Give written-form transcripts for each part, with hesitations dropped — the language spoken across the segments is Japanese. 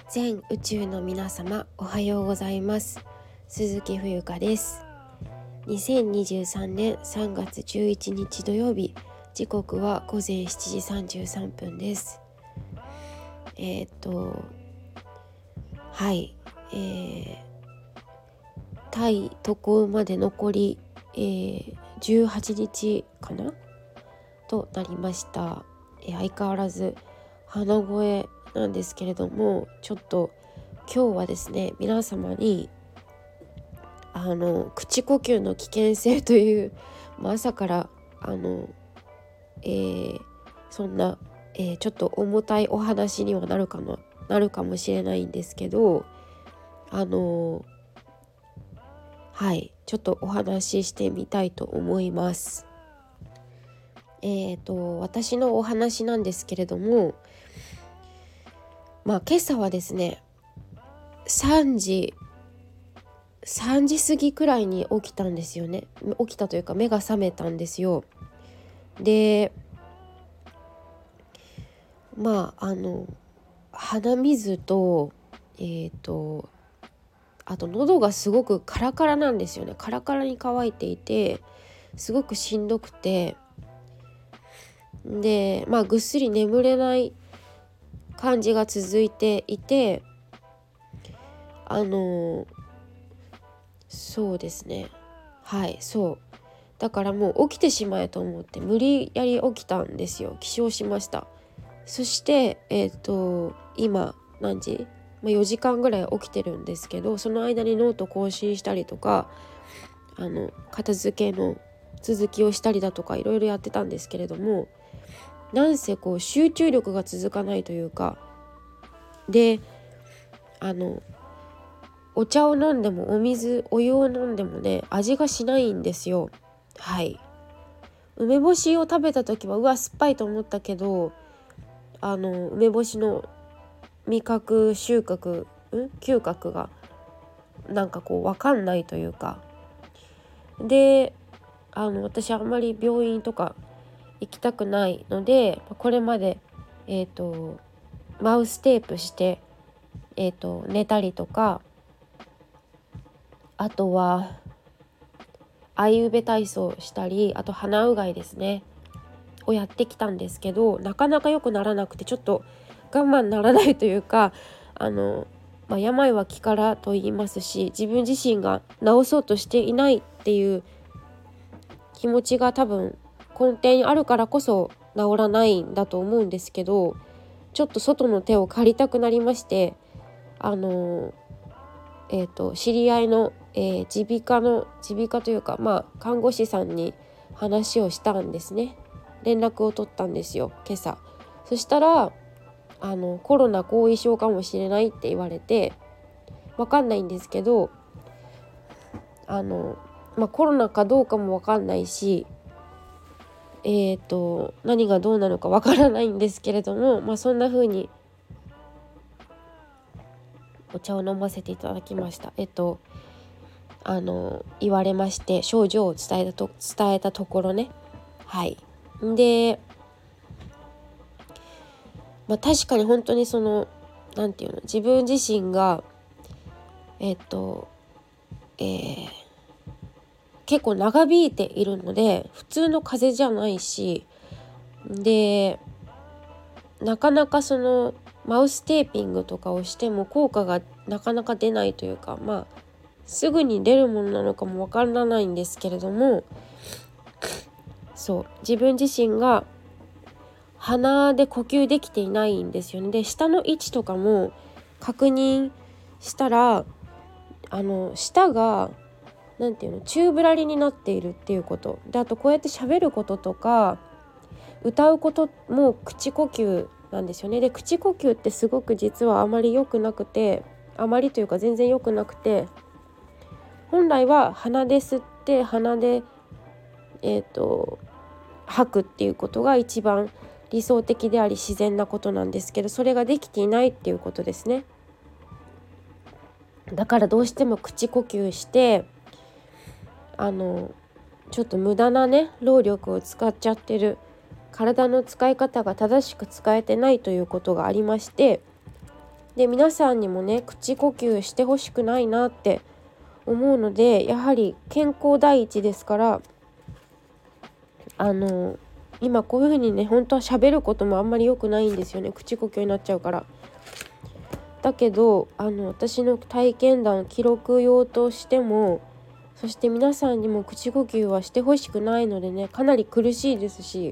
全宇宙の皆様、おはようございます。鈴木冬香です。2023年3月11日土曜日、時刻は午前7時33分です。はい、タイ渡航まで残り、18日かなとなりました。相変わらず鼻声なんですけれども、ちょっと今日はですね、皆様に口呼吸の危険性という、朝からそんな、ちょっと重たいお話にはなるかもしれないんですけど、はいちょっとお話ししてみたいと思います。私のお話なんですけれども、今朝はですね、3時過ぎくらいに起きたんですよね。起きたというか目が覚めたんですよ。で、鼻水とあと喉がすごくカラカラなんですよね。カラカラに乾いていて、すごくしんどくて、でぐっすり眠れない感じが続いていて、そうですね、そうだからもう起きてしまえと思って無理やり起きたんですよ。起床しました。そして今何時、4時間ぐらい起きてるんですけど、その間にノート更新したりとか、片付けの続きをしたりだとかいろいろやってたんですけれども、なんせ集中力が続かないというかで、お茶を飲んでもお湯を飲んでもね、味がしないんですよ。梅干しを食べた時は酸っぱいと思ったけど、梅干しの嗅覚が分かんないというかで、私あんまり病院とか行きたくないので、これまでマウステープして寝たりとか、あとは相うべ体操したり、あと鼻うがいですねをやってきたんですけど、なかなか良くならなくて、ちょっと我慢ならないというか、病は気からと言いますし、自分自身が治そうとしていないっていう気持ちが多分根底にあるからこそ治らないんだと思うんですけど、ちょっと外の手を借りたくなりまして、知り合いの、耳鼻科というか、看護師さんに話をしたんですね。連絡を取ったんですよ、今朝。そしたらコロナ後遺症かもしれないって言われて、わかんないんですけど、コロナかどうかもわかんないし、何がどうなのかわからないんですけれども、そんな風にお茶を飲ませていただきました。言われまして、症状を伝えたところね。で、確かに本当に自分自身が結構長引いているので、普通の風邪じゃないし、でなかなかマウステーピングとかをしても効果がなかなか出ないというか、すぐに出るものなのかもわからないんですけれども、自分自身が鼻で呼吸できていないんですよね。で、下の位置とかも確認したら、舌がチューブラリになっているっていうことで、あとこうやって喋ることとか歌うことも口呼吸なんですよね。で、口呼吸ってすごく実はあまり良くなくて、あまりというか全然良くなくて、本来は鼻で吸って鼻で吐くっていうことが一番理想的であり自然なことなんですけど、それができていないっていうことですね。だからどうしても口呼吸してちょっと無駄なね労力を使っちゃってる、体の使い方が正しく使えてないということがありまして、 で皆さんにもね口呼吸してほしくないなって思うので、やはり健康第一ですから、今こういう風にね本当は喋ることもあんまり良くないんですよね、口呼吸になっちゃうから。だけど私の体験談記録用としても、そして皆さんにも口呼吸はしてほしくないのでね、かなり苦しいですし、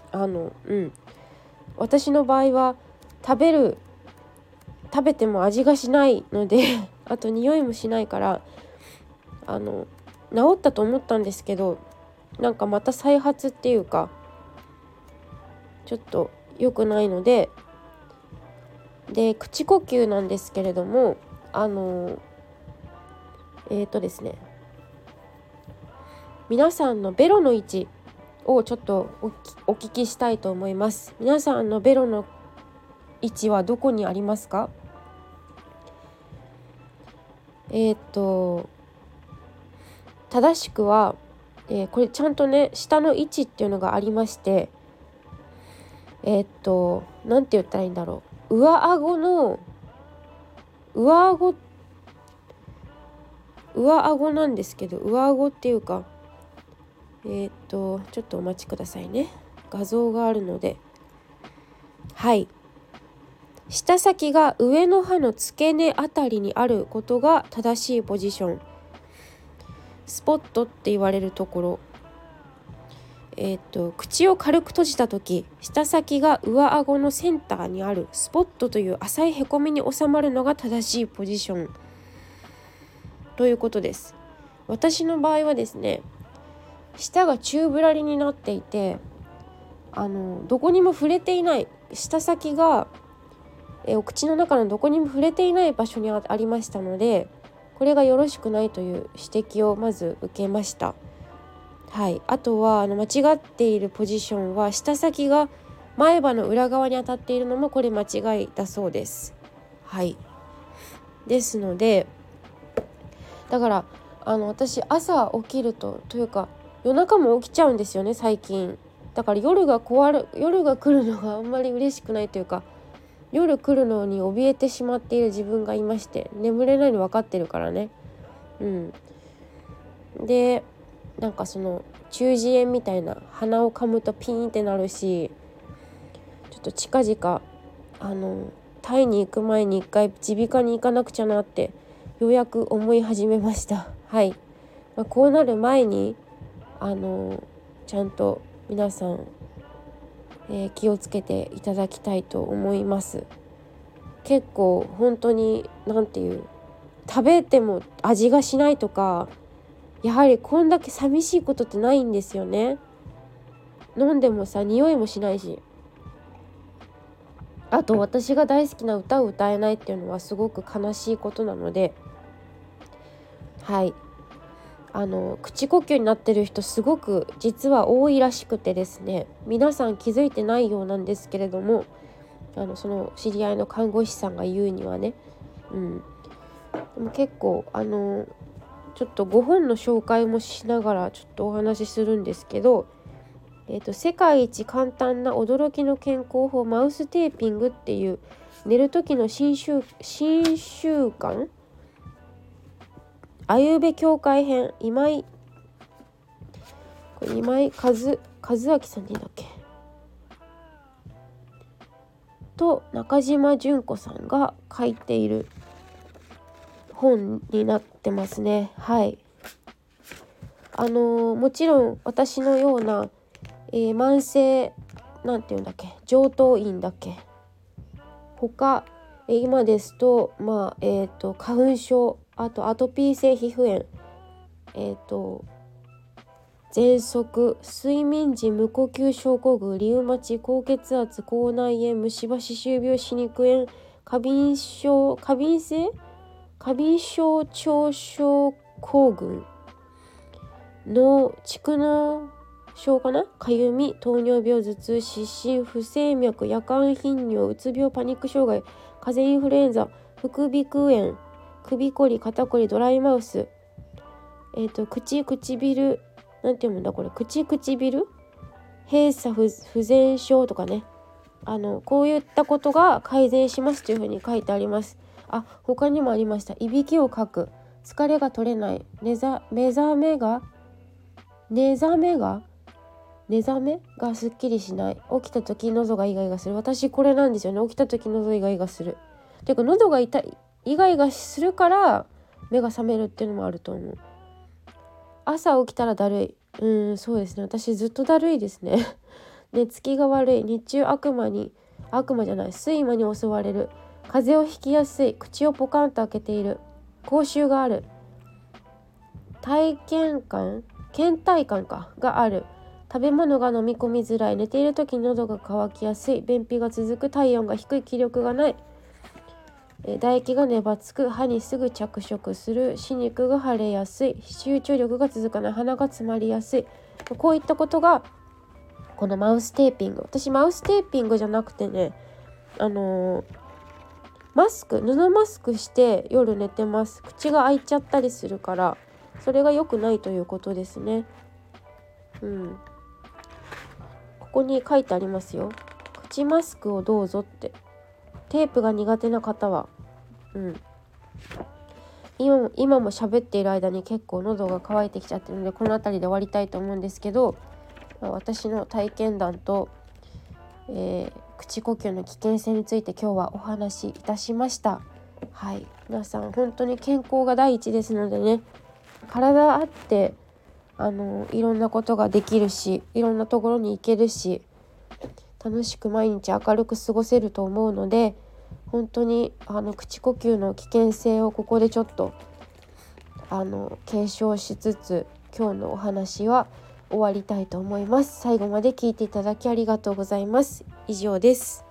私の場合は食べても味がしないのであと匂いもしないから治ったと思ったんですけど、なんかまた再発っていうかちょっと良くないので、口呼吸なんですけれども、ですね、皆さんのベロの位置をちょっとお聞きしたいと思います。皆さんのベロの位置はどこにありますか？正しくは、これちゃんとね下の位置っていうのがありまして、なんて言ったらいいんだろう、上顎なんですけど、上顎っていうかちょっとお待ちくださいね、画像があるので。はい、舌先が上の歯の付け根あたりにあることが正しいポジション。スポットって言われるところ、口を軽く閉じた時、舌先が上顎のセンターにあるスポットという浅いへこみに収まるのが正しいポジションということです。私の場合はですね、舌が宙ぶらりになっていて、どこにも触れていない、舌先がお口の中のどこにも触れていない場所にありましたので、これがよろしくないという指摘をまず受けました。はい、あとは間違っているポジションは舌先が前歯の裏側に当たっているのもこれ間違いだそうです。はい、ですのでだから私朝起きるというか夜中も起きちゃうんですよね最近。だから夜が来るのがあんまり嬉しくないというか、夜来るのに怯えてしまっている自分がいまして、眠れないの分かってるからね。でなんかその中耳炎みたいな、鼻を噛むとピーンってなるし、ちょっと近々タイに行く前に一回耳鼻科に行かなくちゃなってようやく思い始めました。はい、こうなる前にちゃんと皆さん、気をつけていただきたいと思います。結構本当に食べても味がしないとか、やはりこんだけ寂しいことってないんですよね。飲んでもさ匂いもしないし、あと私が大好きな歌を歌えないっていうのはすごく悲しいことなので、はい、口呼吸になってる人すごく実は多いらしくてですね、皆さん気づいてないようなんですけれども、その知り合いの看護師さんが言うにはね、でも結構ちょっと5本の紹介もしながらちょっとお話しするんですけど、世界一簡単な驚きの健康法マウステーピングっていう寝る時の新習慣あゆべ協会編、今井和明さんでいいんだっけと中島純子さんが書いている本になってますね。はい、もちろん私のような、慢性上頭院だっけ他、今ですと花粉症、あとアトピー性皮膚炎、喘息、睡眠時無呼吸症候群、リウマチ、高血圧、口内炎、虫歯、歯周病、歯肉炎、過敏症腸症候群、蓄膿症かな、かゆみ、糖尿病、頭痛、失神、不整脈、夜間頻尿、うつ病、パニック障害、風邪インフルエンザ、副鼻腔炎、首こり、肩こり、ドライマウス、唇なんて読むんだこれ、唇閉鎖不全症とかね、こういったことが改善しますというふうに書いてあります。 他にもありました。いびきをかく、疲れが取れない、寝覚めがすっきりしない、起きた時喉がイガイガする。私これなんですよね。起きた時喉イガイガする。ていうか喉が痛い、イガイガするから目が覚めるっていうのもあると思う。朝起きたらだるい。そうですね。私ずっとだるいですね。寝つきが悪い。日中睡魔に襲われる。風邪をひきやすい。口をポカンと開けている。口臭がある。倦怠感がある。食べ物が飲み込みづらい。寝ている時に喉が渇きやすい。便秘が続く。体温が低い。気力がない。唾液が粘つく。歯にすぐ着色する。歯肉が腫れやすい。集中力が続かない。鼻が詰まりやすい。こういったことがこのマウステーピング。私マウステーピングじゃなくてね、布マスクして夜寝てます。口が開いちゃったりするから、それが良くないということですね。ここに書いてありますよ。口マスクをどうぞって。テープが苦手な方は、今も喋っている間に結構喉が渇いてきちゃってるので、この辺りで終わりたいと思うんですけど、私の体験談と、口呼吸の危険性について今日はお話しいたしました。皆さん本当に健康が第一ですのでね、体あっていろんなことができるし、いろんなところに行けるし、楽しく毎日明るく過ごせると思うので、本当に口呼吸の危険性をここでちょっと継承しつつ、今日のお話は終わりたいと思います。最後まで聞いていただきありがとうございます。以上です。